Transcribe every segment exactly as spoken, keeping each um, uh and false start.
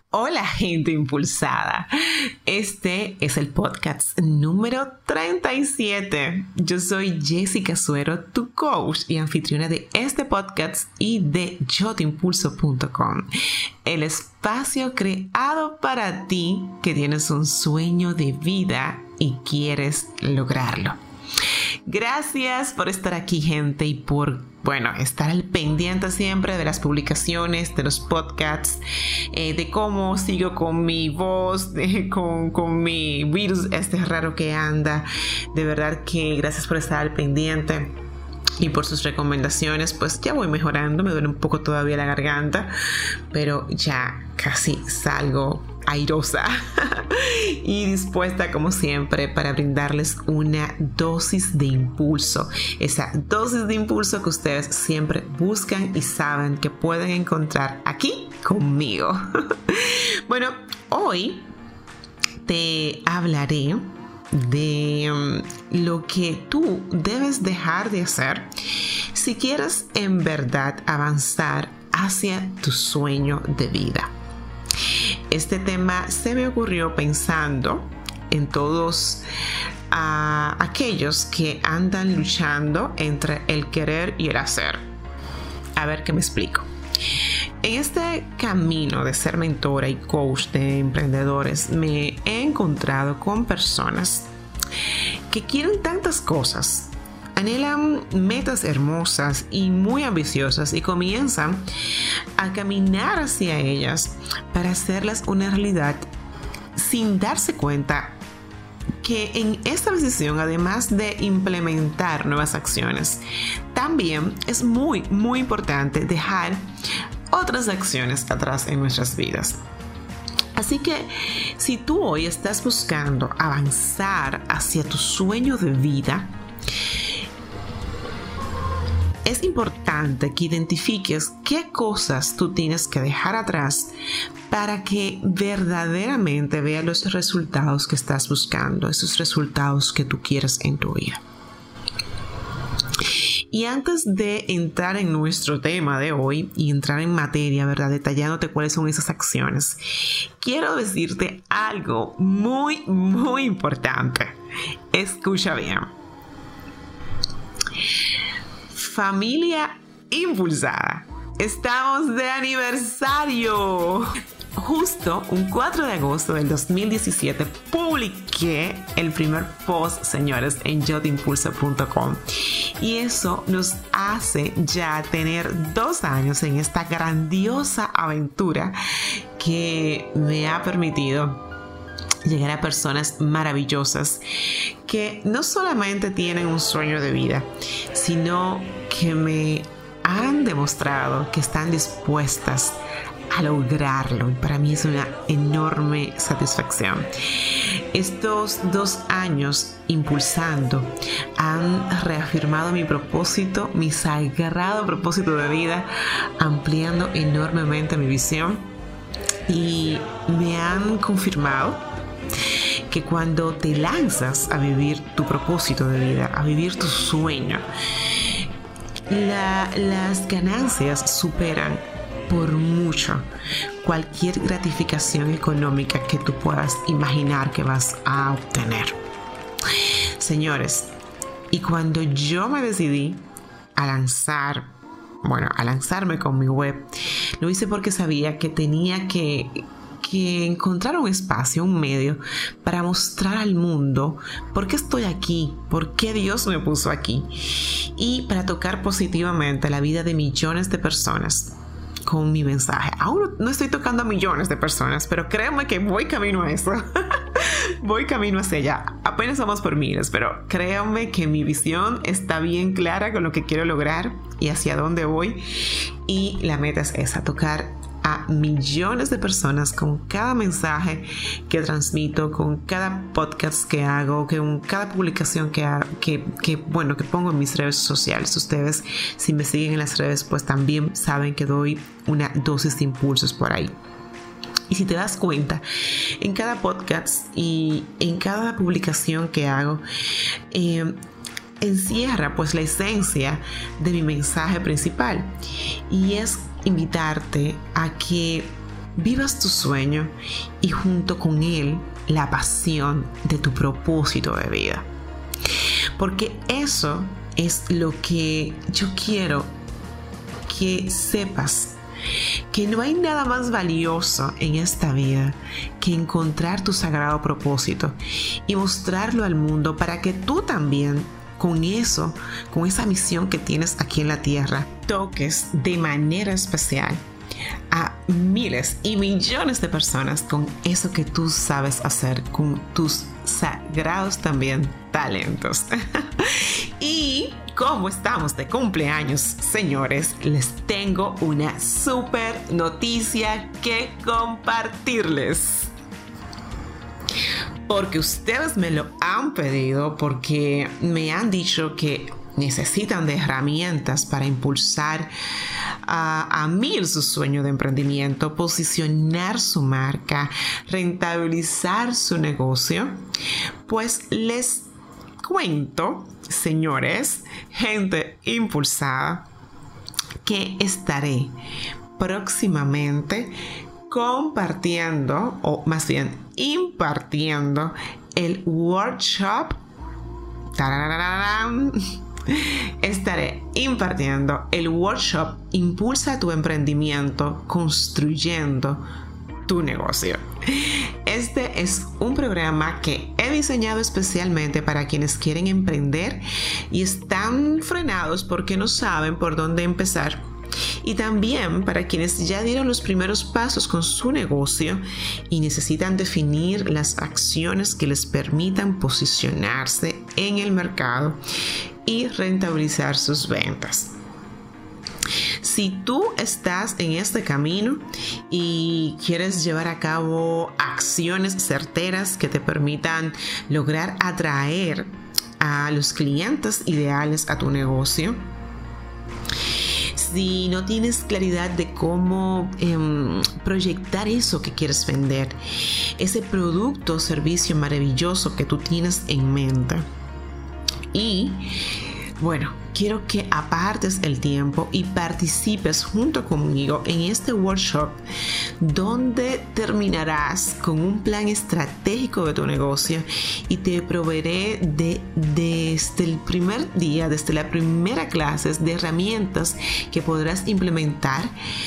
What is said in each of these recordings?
Hola, gente impulsada. Este es el podcast número treinta y siete. Yo soy Jessica Suero, tu coach y anfitriona de este podcast y de yo te impulso punto com, el espacio creado para ti que tienes un sueño de vida y quieres lograrlo. Gracias por estar aquí, gente, y por, bueno, estar al pendiente siempre de las publicaciones, de los podcasts, eh, de cómo sigo con mi voz, de, con, con mi virus este raro que anda. De verdad que gracias por estar al pendiente y por sus recomendaciones. Pues ya voy mejorando, me duele un poco todavía la garganta, pero ya casi salgo airosa y dispuesta como siempre para brindarles una dosis de impulso, esa dosis de impulso que ustedes siempre buscan y saben que pueden encontrar aquí conmigo. Bueno, hoy te hablaré de um, lo que tú debes dejar de hacer si quieres en verdad avanzar hacia tu sueño de vida. Este tema se me ocurrió pensando en todos uh, aquellos que andan luchando entre el querer y el hacer. A ver qué me explico. En este camino de ser mentora y coach de emprendedores, me he encontrado con personas que quieren tantas cosas, anhelan metas hermosas y muy ambiciosas y comienzan a caminar hacia ellas para hacerlas una realidad sin darse cuenta que en esta decisión, además de implementar nuevas acciones, también es muy, muy importante dejar otras acciones atrás en nuestras vidas. Así que si tú hoy estás buscando avanzar hacia tu sueño de vida, es importante que identifiques qué cosas tú tienes que dejar atrás para que verdaderamente veas los resultados que estás buscando, esos resultados que tú quieres en tu vida. Y antes de entrar en nuestro tema de hoy y entrar en materia, ¿verdad? Detallándote cuáles son esas acciones, quiero decirte algo muy, muy importante. Escucha bien. Familia impulsada, estamos de aniversario. Justo un cuatro de agosto del dos mil diecisiete publiqué el primer post, señores, en yo te impulso punto com, y eso nos hace ya tener dos años en esta grandiosa aventura que me ha permitido llegar a personas maravillosas que no solamente tienen un sueño de vida, sino que me han demostrado que están dispuestas a lograrlo, y para mí es una enorme satisfacción. Estos dos años impulsando han reafirmado mi propósito, mi sagrado propósito de vida, ampliando enormemente mi visión, y me han confirmado que cuando te lanzas a vivir tu propósito de vida, a vivir tu sueño, la, las ganancias superan por mucho cualquier gratificación económica que tú puedas imaginar que vas a obtener. Señores, y cuando yo me decidí a lanzar, bueno, a lanzarme con mi web, lo hice porque sabía que tenía que que encontrar un espacio, un medio para mostrar al mundo por qué estoy aquí, por qué Dios me puso aquí, y para tocar positivamente la vida de millones de personas con mi mensaje. Aún no estoy tocando a millones de personas, pero créanme que voy camino a eso. Voy camino hacia allá. Apenas vamos por miles, pero créanme que mi visión está bien clara con lo que quiero lograr y hacia dónde voy, y la meta es esa, tocar a millones de personas con cada mensaje que transmito, con cada podcast que hago, con cada publicación que, ha, que, que, bueno, que pongo en mis redes sociales. Ustedes, si me siguen en las redes, pues también saben que doy una dosis de impulsos por ahí. Y si te das cuenta, en cada podcast y en cada publicación que hago, eh, encierra pues la esencia de mi mensaje principal, y es invitarte a que vivas tu sueño y junto con él la pasión de tu propósito de vida. Porque eso es lo que yo quiero que sepas, que no hay nada más valioso en esta vida que encontrar tu sagrado propósito y mostrarlo al mundo para que tú también, con eso, con esa misión que tienes aquí en la tierra, toques de manera especial a miles y millones de personas con eso que tú sabes hacer, con tus sagrados también talentos. Y como estamos de cumpleaños, señores, les tengo una súper noticia que compartirles. Porque ustedes me lo han pedido, porque me han dicho que necesitan de herramientas para impulsar a, a mil su sueño de emprendimiento, posicionar su marca, rentabilizar su negocio. Pues les cuento, señores, gente impulsada, que estaré próximamente compartiendo, o más bien impartiendo, el workshop. ¡Tarararán! Estaré impartiendo el workshop Impulsa tu emprendimiento construyendo tu negocio. Este es un programa que he diseñado especialmente para quienes quieren emprender y están frenados porque no saben por dónde empezar. Y también para quienes ya dieron los primeros pasos con su negocio y necesitan definir las acciones que les permitan posicionarse en el mercado y rentabilizar sus ventas. Si tú estás en este camino y quieres llevar a cabo acciones certeras que te permitan lograr atraer a los clientes ideales a tu negocio, si no tienes claridad de cómo eh, proyectar eso que quieres vender, ese producto o servicio maravilloso que tú tienes en mente, y bueno, quiero que apartes el tiempo y participes junto conmigo en este workshop donde terminarás con un plan estratégico de tu negocio y te proveeré de, desde el primer día, desde la primera clase, de herramientas que podrás implementar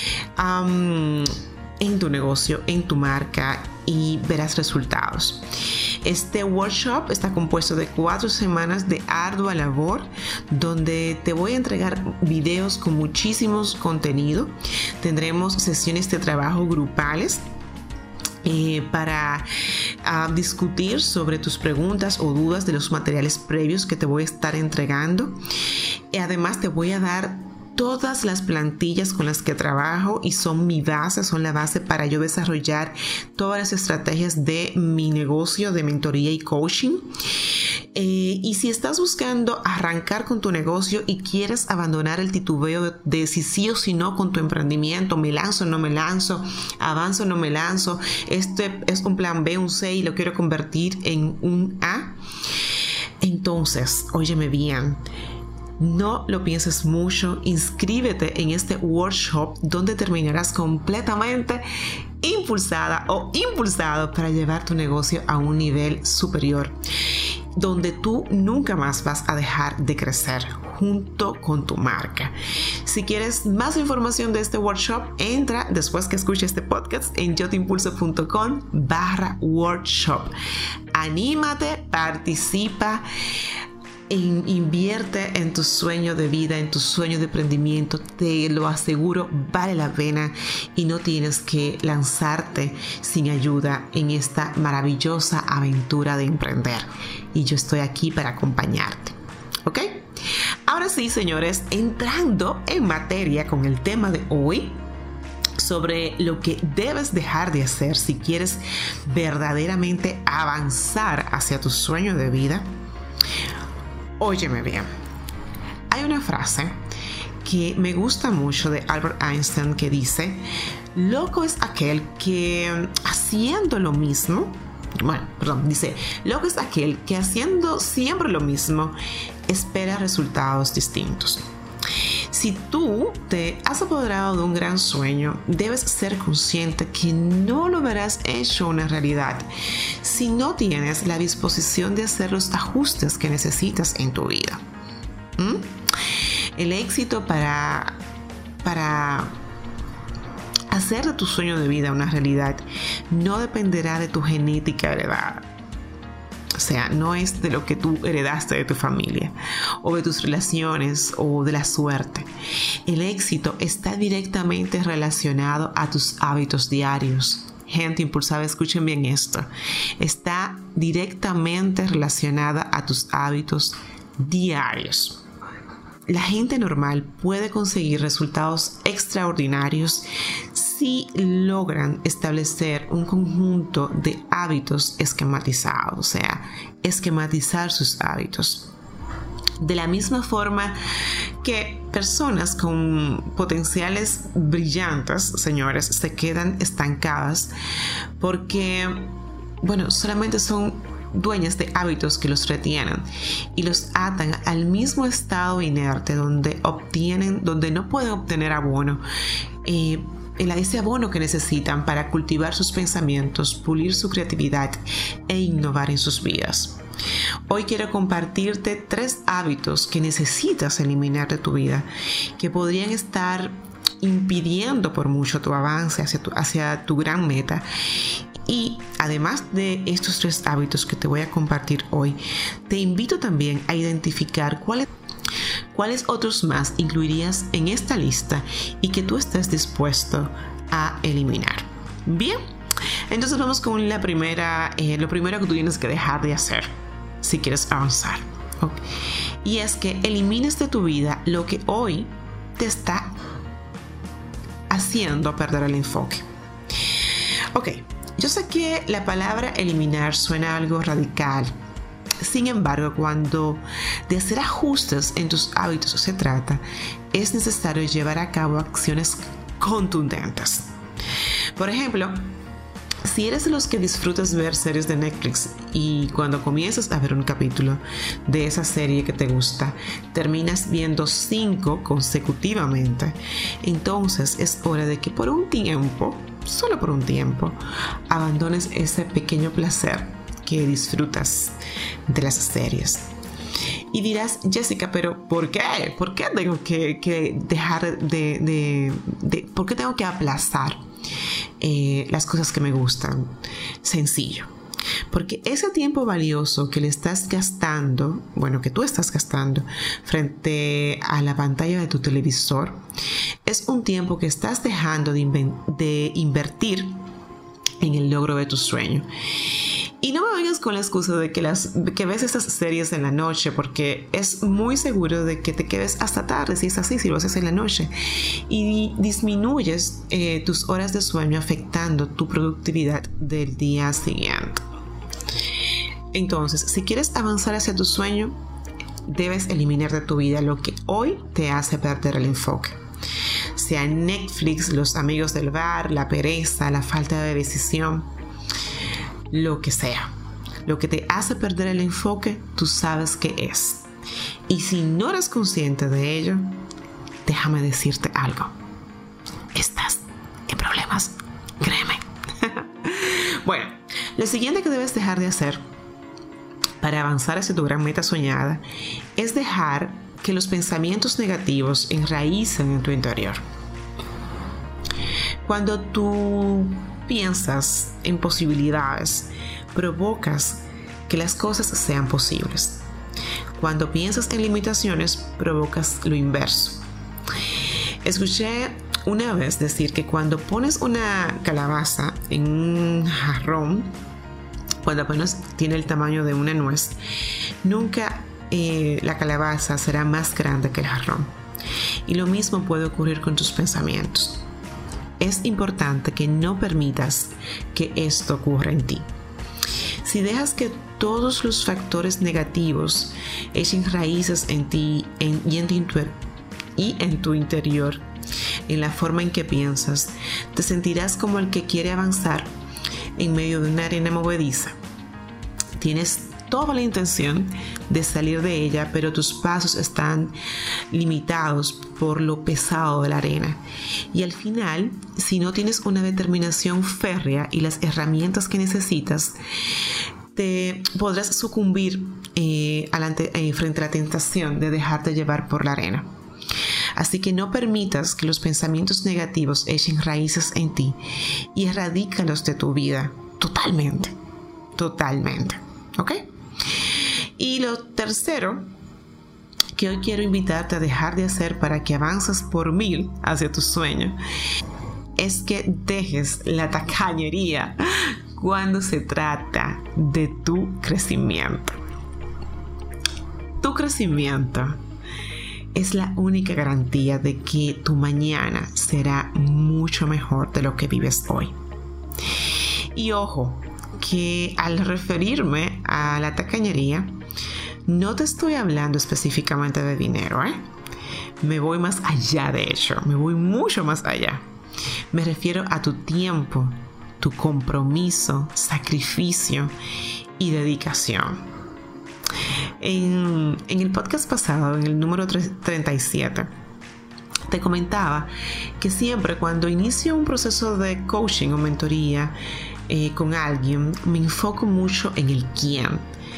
um, en tu negocio, en tu marca, y verás resultados. Este workshop está compuesto de cuatro semanas de ardua labor, donde te voy a entregar videos con muchísimos contenido. Tendremos sesiones de trabajo grupales Eh, para uh, discutir sobre tus preguntas o dudas de los materiales previos que te voy a estar entregando. Y además te voy a dar todas las plantillas con las que trabajo y son mi base, son la base para yo desarrollar todas las estrategias de mi negocio de mentoría y coaching. Eh, y si estás buscando arrancar con tu negocio y quieres abandonar el titubeo de, de si sí o si no con tu emprendimiento, me lanzo o no me lanzo, avanzo o no me lanzo, este es un plan B, un C y lo quiero convertir en un A, entonces, óyeme bien, no lo pienses mucho, inscríbete en este workshop donde terminarás completamente impulsada o impulsado para llevar tu negocio a un nivel superior, donde tú nunca más vas a dejar de crecer junto con tu marca. Si quieres más información de este workshop, entra después que escuches este podcast en yotimpulso.com barra workshop. Anímate, participa, In, invierte en tu sueño de vida, en tu sueño de emprendimiento. Te lo aseguro, vale la pena y no tienes que lanzarte sin ayuda en esta maravillosa aventura de emprender. Y yo estoy aquí para acompañarte. ¿Ok? Ahora sí, señores, entrando en materia con el tema de hoy, sobre lo que debes dejar de hacer si quieres verdaderamente avanzar hacia tu sueño de vida. Óyeme bien, hay una frase que me gusta mucho de Albert Einstein que dice: loco es aquel que haciendo lo mismo, bueno, perdón, dice, loco es aquel que haciendo siempre lo mismo espera resultados distintos. Si tú te has apoderado de un gran sueño, debes ser consciente que no lo verás hecho una realidad si no tienes la disposición de hacer los ajustes que necesitas en tu vida. ¿Mm? El éxito para, para hacer de tu sueño de vida una realidad no dependerá de tu genética heredada. O sea, no es de lo que tú heredaste de tu familia, o de tus relaciones, o de la suerte. El éxito está directamente relacionado a tus hábitos diarios. Gente impulsada, escuchen bien esto. Está directamente relacionada a tus hábitos diarios. La gente normal puede conseguir resultados extraordinarios si logran establecer un conjunto de hábitos esquematizados, o sea, esquematizar sus hábitos. De la misma forma que personas con potenciales brillantes, señores, se quedan estancadas porque, bueno, solamente son dueñas de hábitos que los retienen y los atan al mismo estado inerte donde obtienen, donde no pueden obtener abono, eh, ese abono que necesitan para cultivar sus pensamientos, pulir su creatividad e innovar en sus vidas. Hoy quiero compartirte tres hábitos que necesitas eliminar de tu vida, que podrían estar impidiendo por mucho tu avance hacia tu, hacia tu gran meta. Y además de estos tres hábitos que te voy a compartir hoy, te invito también a identificar cuáles, cuáles otros más incluirías en esta lista y que tú estés dispuesto a eliminar. Bien, entonces vamos con la primera, eh, lo primero que tú tienes que dejar de hacer si quieres avanzar. ¿Okay? Y es que elimines de tu vida lo que hoy te está haciendo perder el enfoque. Ok. Yo sé que la palabra eliminar suena algo radical. Sin embargo, cuando de hacer ajustes en tus hábitos se trata, es necesario llevar a cabo acciones contundentes. Por ejemplo, si eres de los que disfrutas ver series de Netflix y cuando comienzas a ver un capítulo de esa serie que te gusta, terminas viendo cinco consecutivamente, entonces es hora de que por un tiempo, solo por un tiempo, abandones ese pequeño placer que disfrutas de las series. Y dirás, Jessica, pero ¿por qué? ¿Por qué tengo que, que dejar de, de, de... ¿Por qué tengo que aplazar eh, las cosas que me gustan? Sencillo. Porque ese tiempo valioso que le estás gastando, bueno, que tú estás gastando frente a la pantalla de tu televisor, es un tiempo que estás dejando de, inven- de invertir en el logro de tu sueño. Y no me vengas con la excusa de que, las, que ves estas series en la noche, porque es muy seguro de que te quedes hasta tarde si es así, si lo haces en la noche. Y disminuyes eh, tus horas de sueño, afectando tu productividad del día siguiente. Entonces, si quieres avanzar hacia tu sueño, debes eliminar de tu vida lo que hoy te hace perder el enfoque. Sea Netflix, los amigos del bar, la pereza, la falta de decisión, lo que sea. Lo que te hace perder el enfoque, tú sabes qué es. Y si no eres consciente de ello, déjame decirte algo. Estás en problemas, créeme. Bueno, lo siguiente que debes dejar de hacer para avanzar hacia tu gran meta soñada es dejar que los pensamientos negativos enraícen en tu interior. Cuando tú piensas en posibilidades, provocas que las cosas sean posibles. Cuando piensas en limitaciones, provocas lo inverso. Escuché una vez decir que cuando pones una calabaza en un jarrón, cuando apenas tiene el tamaño de una nuez, nunca eh, la calabaza será más grande que el jarrón. Y lo mismo puede ocurrir con tus pensamientos. Es importante que no permitas que esto ocurra en ti. Si dejas que todos los factores negativos echen raíces en ti en, y, en tu, y en tu interior, en la forma en que piensas, te sentirás como el que quiere avanzar en medio de una arena movediza. Tienes toda la intención de salir de ella, pero tus pasos están limitados por lo pesado de la arena. Y al final, si no tienes una determinación férrea y las herramientas que necesitas, te podrás sucumbir eh, alante, eh, frente a la tentación de dejarte llevar por la arena. Así que no permitas que los pensamientos negativos echen raíces en ti y erradícalos de tu vida totalmente, totalmente, ¿ok? Y lo tercero que hoy quiero invitarte a dejar de hacer para que avances por mil hacia tu sueño es que dejes la tacañería cuando se trata de tu crecimiento. Tu crecimiento es la única garantía de que tu mañana será mucho mejor de lo que vives hoy. Y ojo, que al referirme a la tacañería, no te estoy hablando específicamente de dinero, ¿eh? Me voy más allá, de hecho, me voy mucho más allá. Me refiero a tu tiempo, tu compromiso, sacrificio y dedicación. En, en el podcast pasado, en el número treinta y siete, te comentaba que siempre cuando inicio un proceso de coaching o mentoría eh, con alguien, me enfoco mucho en el quién,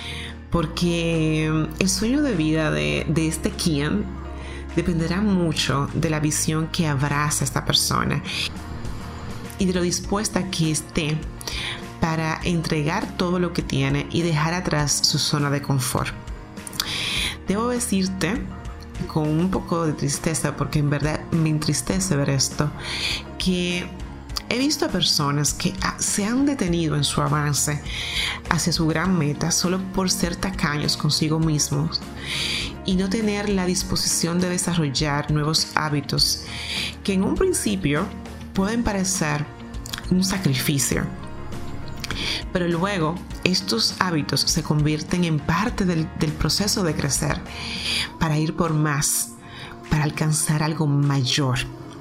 porque el sueño de vida de, de este quién dependerá mucho de la visión que abraza esta persona y de lo dispuesta que esté para entregar todo lo que tiene y dejar atrás su zona de confort. Debo decirte con un poco de tristeza, porque en verdad me entristece ver esto, que he visto a personas que se han detenido en su avance hacia su gran meta solo por ser tacaños consigo mismos y no tener la disposición de desarrollar nuevos hábitos que en un principio pueden parecer un sacrificio, pero luego estos hábitos se convierten en parte del, del proceso de crecer para ir por más, para alcanzar algo mayor.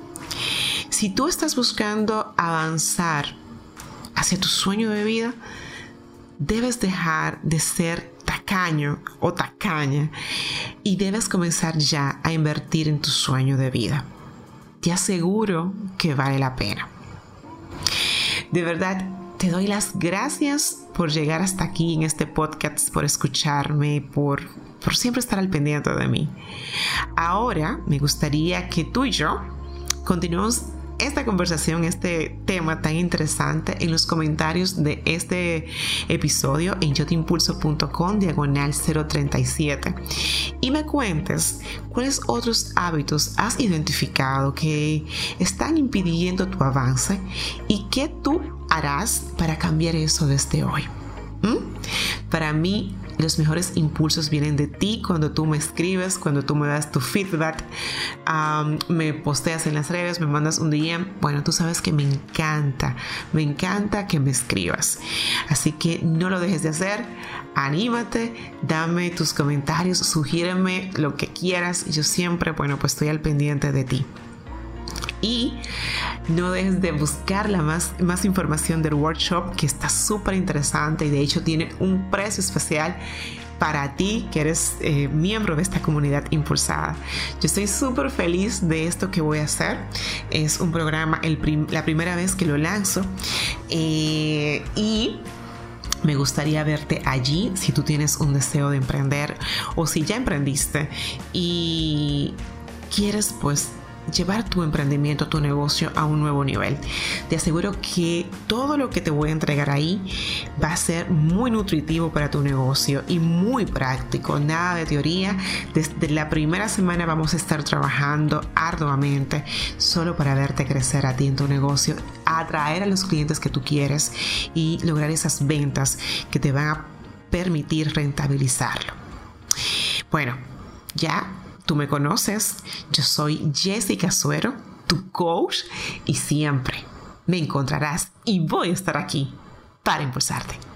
Si tú estás buscando avanzar hacia tu sueño de vida, debes dejar de ser tacaño o tacaña y debes comenzar ya a invertir en tu sueño de vida. Te aseguro que vale la pena. De verdad, te doy las gracias por llegar hasta aquí en este podcast, por escucharme, por, por siempre estar al pendiente de mí. Ahora me gustaría que tú y yo continuemos esta conversación, este tema tan interesante en los comentarios de este episodio en yotimpulso.com diagonal cero treinta y siete y me cuentes cuáles otros hábitos has identificado que están impidiendo tu avance y qué tú harás para cambiar eso desde hoy. ¿Mm? Para mí, los mejores impulsos vienen de ti cuando tú me escribes, cuando tú me das tu feedback, um, me posteas en las redes, me mandas un D M. Bueno, tú sabes que me encanta, me encanta que me escribas. Así que no lo dejes de hacer, anímate, dame tus comentarios, sugiéreme lo que quieras. Yo siempre, bueno, pues estoy al pendiente de ti. Y no dejes de buscar la más, más información del workshop, que está súper interesante y de hecho tiene un precio especial para ti que eres eh, miembro de esta comunidad impulsada. Yo estoy súper feliz de esto que voy a hacer. Es un programa, el prim- la primera vez que lo lanzo eh, y me gustaría verte allí si tú tienes un deseo de emprender o si ya emprendiste y quieres pues llevar tu emprendimiento, tu negocio a un nuevo nivel. Te aseguro que todo lo que te voy a entregar ahí va a ser muy nutritivo para tu negocio y muy práctico, nada de teoría. Desde la primera semana vamos a estar trabajando arduamente solo para verte crecer a ti en tu negocio, atraer a los clientes que tú quieres y lograr esas ventas que te van a permitir rentabilizarlo. Bueno, ya tú me conoces, yo soy Jessica Suero, tu coach, y siempre me encontrarás y voy a estar aquí para impulsarte.